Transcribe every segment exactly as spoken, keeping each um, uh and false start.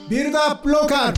ビルドアップローカル。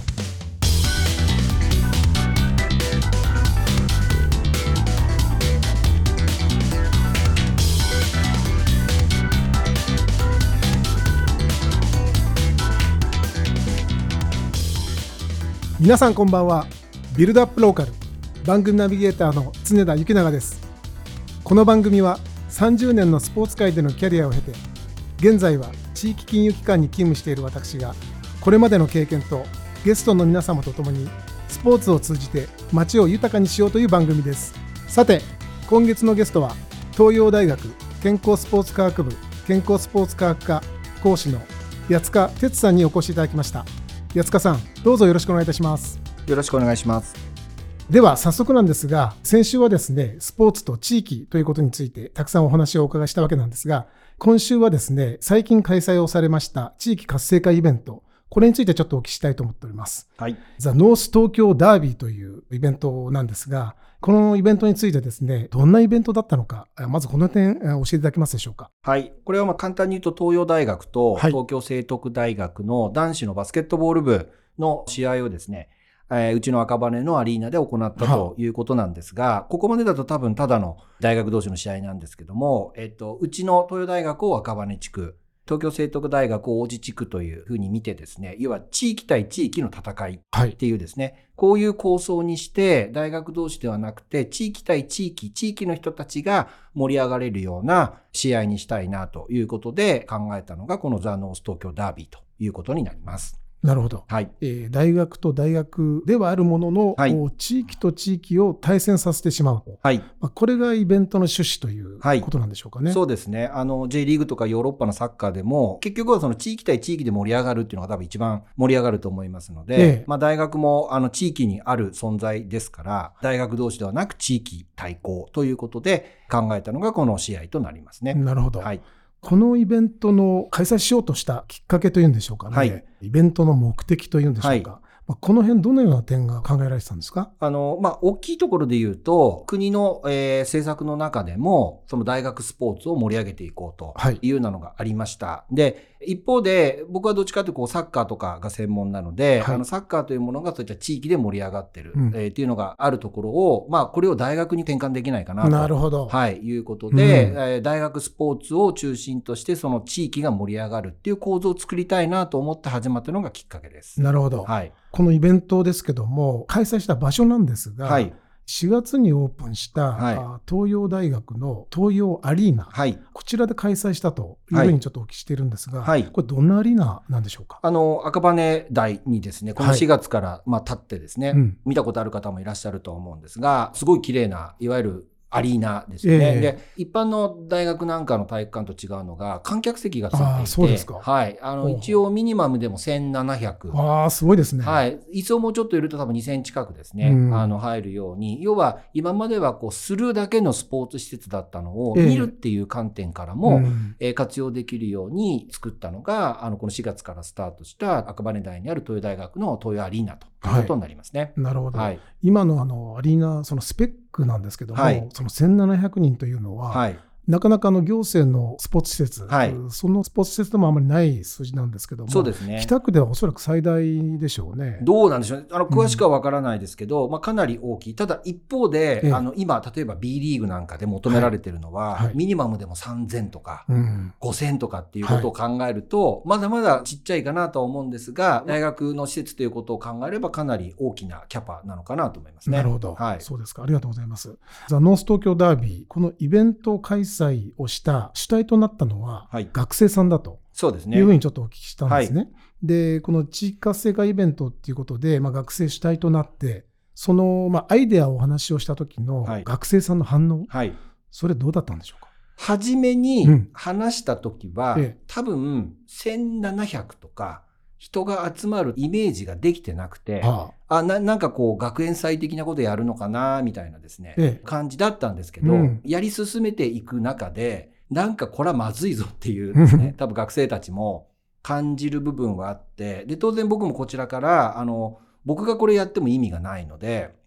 皆さんこんばんは。ビルドアップローカル番組ナビゲーターの常田幸永です。この番組はさんじゅうねんのスポーツ界でのキャリアを経て、現在は地域金融機関に勤務している私が、これまでの経験とゲストの皆様とともにスポーツを通じて街を豊かにしようという番組です。さて、今月のゲストは東洋大学健康スポーツ科学部健康スポーツ科学科講師の八塚哲さんにお越しいただきました。八塚さん、どうぞよろしくお願いいたします。 よろしくお願いします。 では早速なんですが、先週はですね、スポーツと地域ということについてたくさんお話をお伺いしたわけなんですが、今週はですね、最近開催をされました地域活性化イベント、これについてちょっとお聞きしたいと思っております。 はい。 ザ・ノース東京ダービーというイベントなんですが、このイベントについてですね、どんなイベントだったのか、まずこの点教えていただけますでしょうか。 はい。これはまあ簡単に言うと、東洋大学と東京聖徳大学の男子のバスケットボール部の試合をですね、えー、うちの赤羽のアリーナで行ったということなんですが、はあ、ここまでだと多分ただの大学同士の試合なんですけども、えっと、うちの東洋大学を赤羽地区、東京聖徳大学を王子地区というふうに見てですね、要は地域対地域の戦いっていうですね、はい、こういう構想にして大学同士ではなくて地域対地域、地域の人たちが盛り上がれるような試合にしたいなということで考えたのがこのザ・ノース東京ダービーということになります。 なるほど、 はいえー、大学と大学ではあるものの、はい、地域と地域を対戦させてしまうと、はい、まあ、これがイベントの趣旨ということなんでしょうかね。 はい、そうですね。あの J リーグとかヨーロッパのサッカーでも結局はその地域対地域で盛り上がるっていうのが多分一番盛り上がると思いますので、ええ、まあ、大学もあの地域にある存在ですから大学同士ではなく地域対抗ということで考えたのがこの試合となりますね。 なるほど、 はい。 このイベントの開催しようとしたきっかけというんでしょうかね、はい、イベントの目的というんでしょうか、はい、まあ、この辺どのような点が考えられてたんですか。 あの、まあ、大きいところで言うと国の、えー、政策の中でもその大学スポーツを盛り上げていこうというようなのがありました、はい、で一方で僕はどっちかというとこうサッカーとかが専門なので、はい、あのサッカーというものがそういった地域で盛り上がってる、うん、えー、っていうのがあるところを、まあ、これを大学に転換できないかなと、 なるほど、 はい、いうことで、うん、えー、大学スポーツを中心としてその地域が盛り上がるっていう構造を作りたいなと思って始まったのがきっかけです。 なるほど、 はい、 このイベントですけども開催した場所なんですが、はい、しがつにオープンした、はい、東洋大学の東洋アリーナ、はい、こちらで開催したというふうにちょっとお聞きしているんですが、はい、これどんなアリーナなんでしょうか。 あの赤羽台にですねこのしがつから、はい、まあ、立ってですね、うん、見たことある方もいらっしゃると思うんですがすごい綺麗ないわゆるアリーナですよね、えー、で一般の大学なんかの体育館と違うのが観客席がついていて、 あ、そうですか、 はい、あの一応ミニマムでもせんななひゃく、 あ、すごいですね、 はい、椅子をもうちょっと入れると多分にせん近くですね、うん、あの入るように、要は今まではこうするだけのスポーツ施設だったのを見るっていう観点からも、えーうんえー、活用できるように作ったのがあのこのしがつからスタートした赤羽台にある東洋大学の東洋アリーナということになりますね、はい、 なるほど、 はい、 今のあのアリーナそのスペックなんですけども、はい、そのせんななひゃくにんというのは、はい、なかなかの行政のスポーツ施設、はい、そのスポーツ施設でもあまりない数字なんですけども、 そうですね、 北区ではおそらく最大でしょうね。 どうなんでしょうね、あの詳しくは分からないですけど、うん、まあ、かなり大きい。ただ一方で、ええ、あの今例えば B リーグなんかで求められているのは、はいはい、ミニマムでもさんぜんとか、うん、ごせんとかっていうことを考えると、はい、まだまだちっちゃいかなとは思うんですが、大学の施設ということを考えればかなり大きなキャパなのかなと思いますね。 なるほど、 はい、 そうですか、ありがとうございます。ザ・ノース東京ダービー、このイベント開催をした主体となったのは、はい、学生さんだとそうですね、 いうふうにちょっとお聞きしたんですね、はい、でこの地域活性化イベントっていうことで、まあ、学生主体となってその、まあ、アイデアをお話をした時の学生さんの反応、はい、それどうだったんでしょうか。 初めに話した時は、うん、ええ、多分せんななひゃくとか人が集まるイメージができてなくて、はあ、あ な, なんかこう学園祭的なことやるのかなみたいなですね、ええ、感じだったんですけど、うん、やり進めていく中でなんかこれはまずいぞっていうですね多分学生たちも感じる部分はあって、で当然僕もこちらからあの僕がこれやっても意味がないので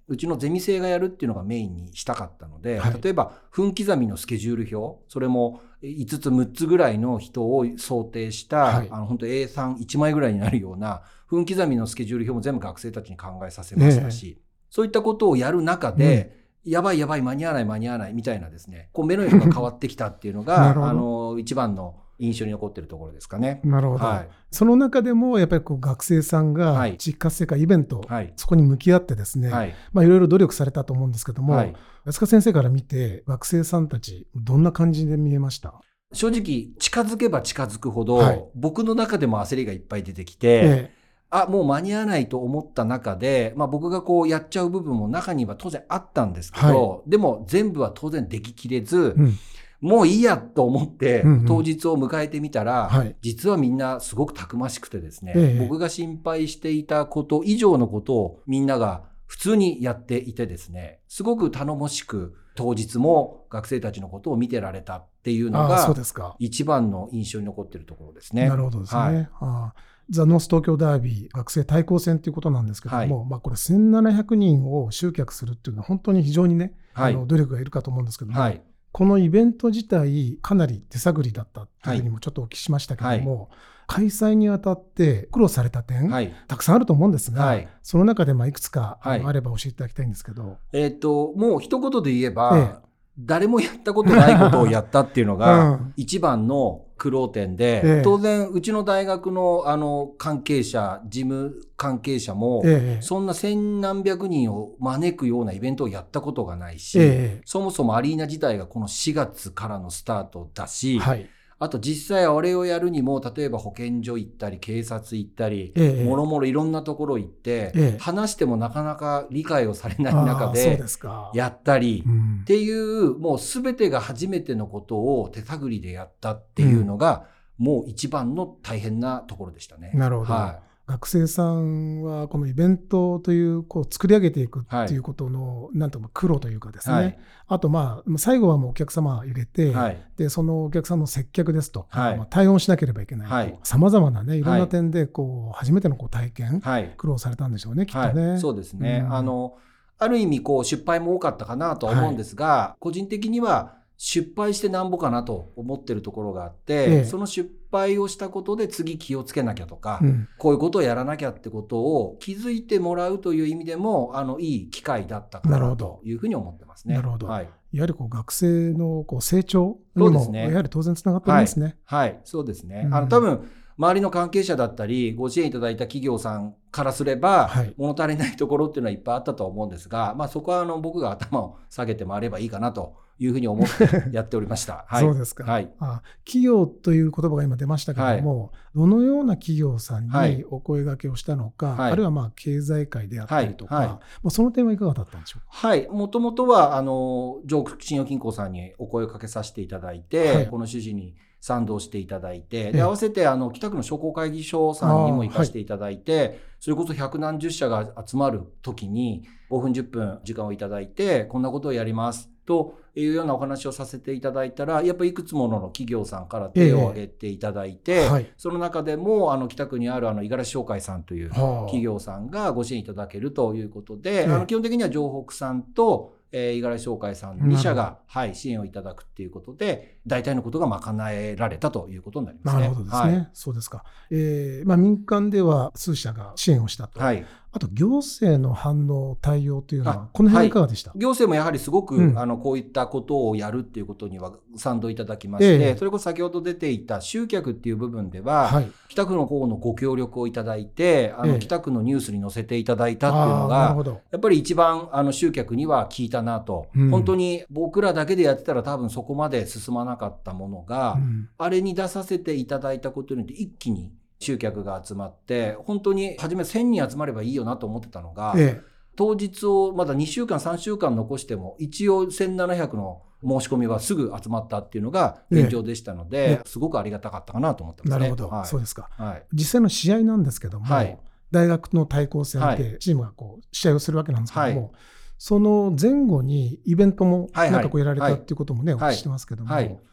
うちのゼミ生がやるっていうのがメインにしたかったので、 はい、 例えば分刻みのスケジュール表、それもいつつむっつぐらいの人を想定した、はい、あの本当 エースリーいち 枚ぐらいになるような分刻みのスケジュール表も全部学生たちに考えさせましたし、えー、そういったことをやる中で、うん、やばいやばい間に合わない間に合わないみたいなですね、こう目の色が変わってきたっていうのがあの一番の印象に残っているところですかね。 なるほど、はい、その中でもやっぱりこう学生さんが地域活性化イベント、はい、そこに向き合ってですね、はい、まあ、いろいろ努力されたと思うんですけども、はい、安川先生から見て学生さんたちどんな感じで見えました？ 正直近づけば近づくほど、はい、僕の中でも焦りがいっぱい出てきて、ええ、あもう間に合わないと思った中で、まあ、僕がこうやっちゃう部分も中には当然あったんですけど、はい、でも全部は当然でききれず、うん、もういいやと思って当日を迎えてみたら、うんうん、実はみんなすごくたくましくてですね、はい、僕が心配していたこと以上のことをみんなが普通にやっていてですね、すごく頼もしく当日も学生たちのことを見てられたっていうのが一番の印象に残っているところですね。 なるほどですね、はい、あザ・ノース東京ダービー学生対抗戦ということなんですけども、はい、まあ、これせんななひゃくにんを集客するっていうのは本当に非常にね、はい、あの努力がいるかと思うんですけども、はい、このイベント自体かなり手探りだったというふうにもちょっとお聞きしましたけども、はい、開催にあたって苦労された点、はい、たくさんあると思うんですが、はい、その中でまあいくつかあれば教えていただきたいんですけど、 えー、ともう一言で言えば、ええ、誰もやったことないことをやったっていうのが一番の苦労点で、ええ、当然うちの大学のあの関係者事務関係者も、ええ、そんな千何百人を招くようなイベントをやったことがないし、ええ、そもそもアリーナ自体がこのしがつからのスタートだし、はい、あと実際あれをやるにも例えば保健所行ったり警察行ったり、ええ、もろもろいろんなところ行って、ええ、話してもなかなか理解をされない中でやったり、うん、っていうもう全てが初めてのことを手探りでやったっていうのが、うん、もう一番の大変なところでしたね。 なるほど、はい、学生さんはこのイベントというこう作り上げていくっていうことの、はい、なんとも苦労というかですね、はい、あとまあ最後はもうお客様入れて、はい、でそのお客さんの接客ですと、はい、まあ、対応しなければいけないさまざまなねいろんな点でこう初めてのこう体験、はい、苦労されたんでしょうね、きっとね、 はい、そうですね、うん、あのある意味こう失敗も多かったかなとは思うんですが、はい、個人的には失敗してなんぼかなと思ってるところがあって、ええ、その失敗をしたことで次気をつけなきゃとか、うん、こういうことをやらなきゃってことを気づいてもらうという意味でもあのいい機会だったかなというふうに思ってますね。 なるほど、はい、やはりこう学生のこう成長にもやはり当然つながっておりますね。 はい、はい、そうですね、うん、あの多分周りの関係者だったりご支援いただいた企業さんからすれば、はい、物足りないところっていうのはいっぱいあったと思うんですが、まあ、そこはあの僕が頭を下げて回ればいいかなというふうに思ってやっておりました。はい、 そうですか、はい、あ企業という言葉が今出ましたけども、はい、どのような企業さんにお声掛けをしたのか、はい、あるいはまあ経済界であったりとか、はいはい、もうその点はいかがだったんでしょうか。 はい、もともとはあの城北信用金庫さんにお声をかけさせていただいて、はい、この趣旨に賛同していただいて、で合わせてあの北区の商工会議所さんにも行かせていただいて、はい、それこそ百何十社が集まる時にごふんじゅっぷん時間をいただいてこんなことをやりますというようなお話をさせていただいたら、やっぱりいくつもの企業さんから手を挙げていただいて、えーはい、その中でもあの北区にあるあの五十嵐商会さんという企業さんがご支援いただけるということで、えー、あの基本的には城北さんとえー、五十嵐商会さんに社が、はい、支援をいただくっていうことで大体のことが賄えられたということになりますね。 なるほどですね、はい、そうですか、えーまあ、民間では数社が支援をしたと、はい、あと行政の反応対応というのはこの辺はいかがでした？ はい、行政もやはりすごく、うん、あのこういったことをやるっていうことには賛同いただきまして、えー、それこそ先ほど出ていた集客っていう部分では、はい、北区の方のご協力をいただいてあの、えー、北区のニュースに載せていただいたっていうのがやっぱり一番あの集客には効いたなと、うん、本当に僕らだけでやってたら多分そこまで進まなかったものが、うん、あれに出させていただいたことによって一気に集客が集まって、本当に初めせんにん集まればいいよなと思ってたのが、ええ、当日をまだにしゅうかんさんしゅうかん残しても一応せんななひゃくの申し込みはすぐ集まったっていうのが現状でしたので、ええ、すごくありがたかったかなと思ってますね。 なるほど、 はい、 そうですか、 はい、 実際の試合なんですけども、はい、大学の対抗戦でチームがこう試合をするわけなんですけども、はい、その前後にイベントもなんかこうやられたっていうこともね、お聞きしてますけども、はいはい、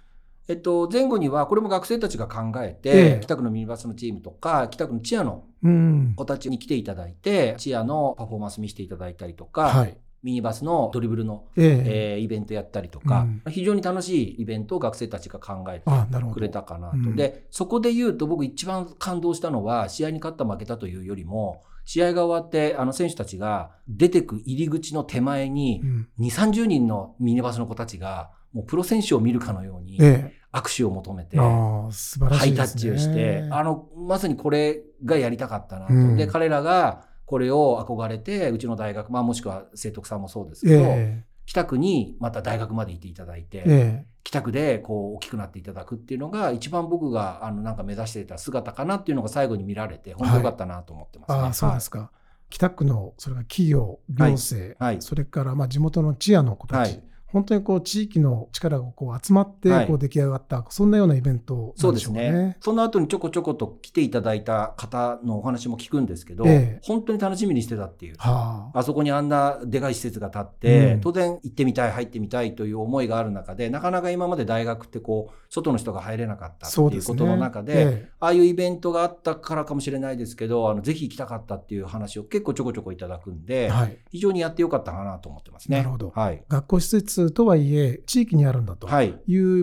えっと、前後にはこれも学生たちが考えて、 ええ、 北区のミニバスのチームとか北区のチアのうん子たちに来ていただいて、チアのパフォーマンス見せていただいたりとか、 はい、 ミニバスのドリブルの、 えええーイベントやったりとか、 うん、 非常に楽しいイベントを学生たちが考えてあ、なるほどくれたかなと。 うん、 で、そこで言うと僕一番感動したのは、試合に勝った負けたというよりも、試合が終わってあの選手たちが出てく入り口の手前に、 うん、 にじゅう、さんじゅうにんのミニバスの子たちがもうプロ選手を見るかのようにええ、 握手を求めて、 あ、素晴らハイタッしいですね。 チをして、あのまさにこれがやりたかったなと。 うん、 で、彼らがこれを憧れて、うちの大学、まあ、もしくは聖徳さんもそうですけど、 ええ、 北区にまた大学まで行っていただいて、 ええ、 北区でこう大きくなっていただくっていうのが一番僕があのなんか目指していた姿かなっていうのが最後に見られて、本当良かったなと思ってますね。 はい、あ、そうですか。はい、北区のそれが企業、行政、 はいはい、 それからまあ地元のチアの子たち、はい、本当にこう地域の力がこう集まってこう出来上がった、はい、そんなようなイベントなんでしょうかね。そうですね。 その後にちょこちょこと来ていただいた方のお話も聞くんですけど、 ええ、 本当に楽しみにしてたっていう、 はあ、あそこにあんなでかい施設が建って、 うん、 当然行ってみたい入ってみたいという思いがある中で、なかなか今まで大学ってこう外の人が入れなかったっていうことの中で、 そうですね、ええ、 ああいうイベントがあったからかもしれないですけど、あのぜひ行きたかったっていう話を結構ちょこちょこいただくんで、はい、非常にやってよかったかなと思ってますね。 なるほど、 はい、 学校施設とはいえ地域にあるんだという、はい、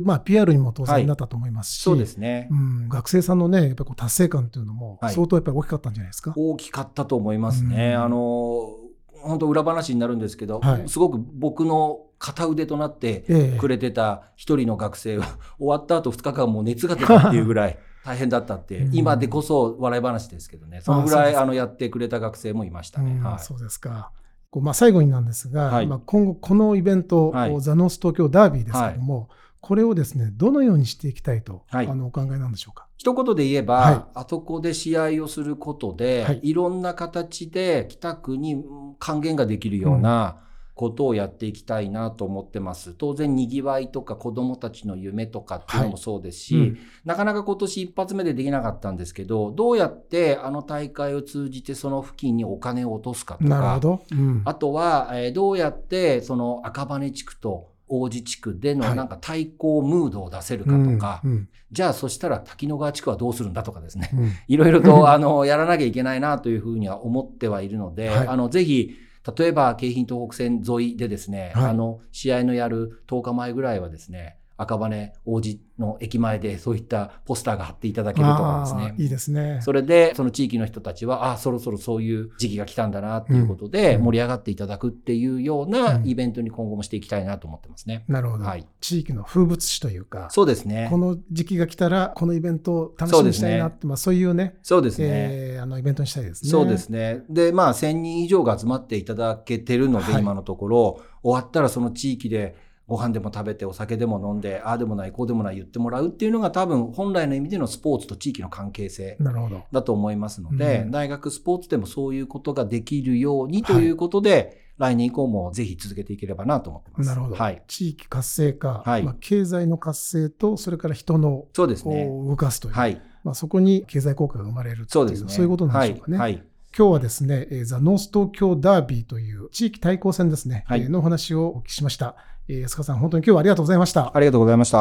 まあ、ピーアール にも当然なったと思いますし、 はい、そうですね、 うん、学生さんのねやっぱこう達成感というのも相当やっぱり大きかったんじゃないですか。 はい、大きかったと思いますね。あの本当裏話になるんですけど、はい、すごく僕の片腕となってくれてた一人の学生は、ええ、終わった後ふつかかんもう熱が出たっていうぐらい大変だったって、今でこそ笑い話ですけどね、そのぐらいあのやってくれた学生もいましたね。 うん、 はい、 そうですか。こうまあ、最後になんですが、はい、まあ、今後このイベント、はい、ザ・ノース東京ダービーですけども、はい、これをですねどのようにしていきたいと、はい、あのお考えなんでしょうか。 一言で言えば、はい、あそこで試合をすることで、はい、いろんな形で北区に還元ができるようなことをやっていきたいなと思ってます。当然にぎわいとか子どもたちの夢とかっていうのもそうですし、はい、うん、なかなか今年一発目でできなかったんですけど、どうやってあの大会を通じてその付近にお金を落とすかとか、 なるほど、うん、 あとは、えー、どうやってその赤羽地区と王子地区でのなんか対抗ムードを出せるかとか、はい、うんうん、じゃあそしたら滝野川地区はどうするんだとかですね、うん、いろいろとあのやらなきゃいけないなというふうには思ってはいるので、はい、あのぜひ例えば京浜東北線沿いでですね、はい、あの試合のやるとおかまえぐらいはですね、赤羽王子の駅前でそういったポスターが貼っていただけるとかですね。 いいですね。 それでその地域の人たちは、あ、そろそろそういう時期が来たんだなっていうことで盛り上がっていただくっていうようなイベントに今後もしていきたいなと思ってますね。 うん、なるほど、はい。地域の風物詩というか、 そうですね。 この時期が来たらこのイベントを楽しみにしたいなって、そうですね、まあ、そういうね、 そうですね、 えー、あのイベントにしたいですね。 そうですね。で、まあせんにん以上が集まっていただけてるので、はい、今のところ終わったらその地域でご飯でも食べてお酒でも飲んで、ああでもないこうでもない言ってもらうっていうのが多分本来の意味でのスポーツと地域の関係性だと思いますので、うん、大学スポーツでもそういうことができるようにということで、はい、来年以降もぜひ続けていければなと思ってます。 なるほど、はい、地域活性化、 はい、 まあ、経済の活性とそれから人のそうですね、 動かすという、 はい、 まあ、そこに経済効果が生まれるという、そうですね、そういうことなんでしょうかね。はいはい、今日はですね、ザ・ノース東京ダービーという地域対抗戦ですね、はい、のお話をお聞きしました。安川さん、本当に今日はありがとうございました。 ありがとうございました。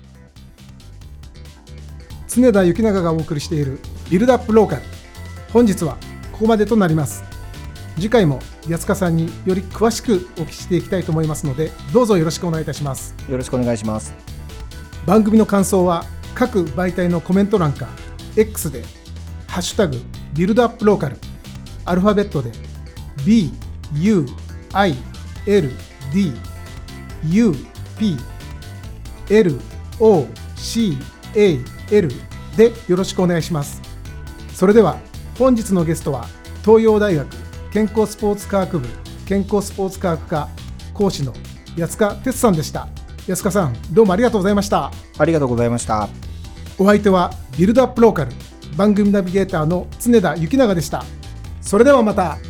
常田幸永がお送りしているビルドアップローカル、本日はここまでとなります。次回も安川さんにより詳しくお聞きしていきたいと思いますので、どうぞよろしくお願いいたします。 よろしくお願いします。 番組の感想は各媒体のコメント欄か X でハッシュタグビルドアップローカル、アルファベットで ビー ユー アイ エル ディー ユー ピー エル オー シー エー エル でよろしくお願いします。それでは本日のゲストは東洋大学健康スポーツ科学部健康スポーツ科学科講師の安川哲さんでした。安川さん、どうもありがとうございました。 ありがとうございました。 お相手はビルドアップローカル番組ナビゲーターの常田幸永でした。それではまた。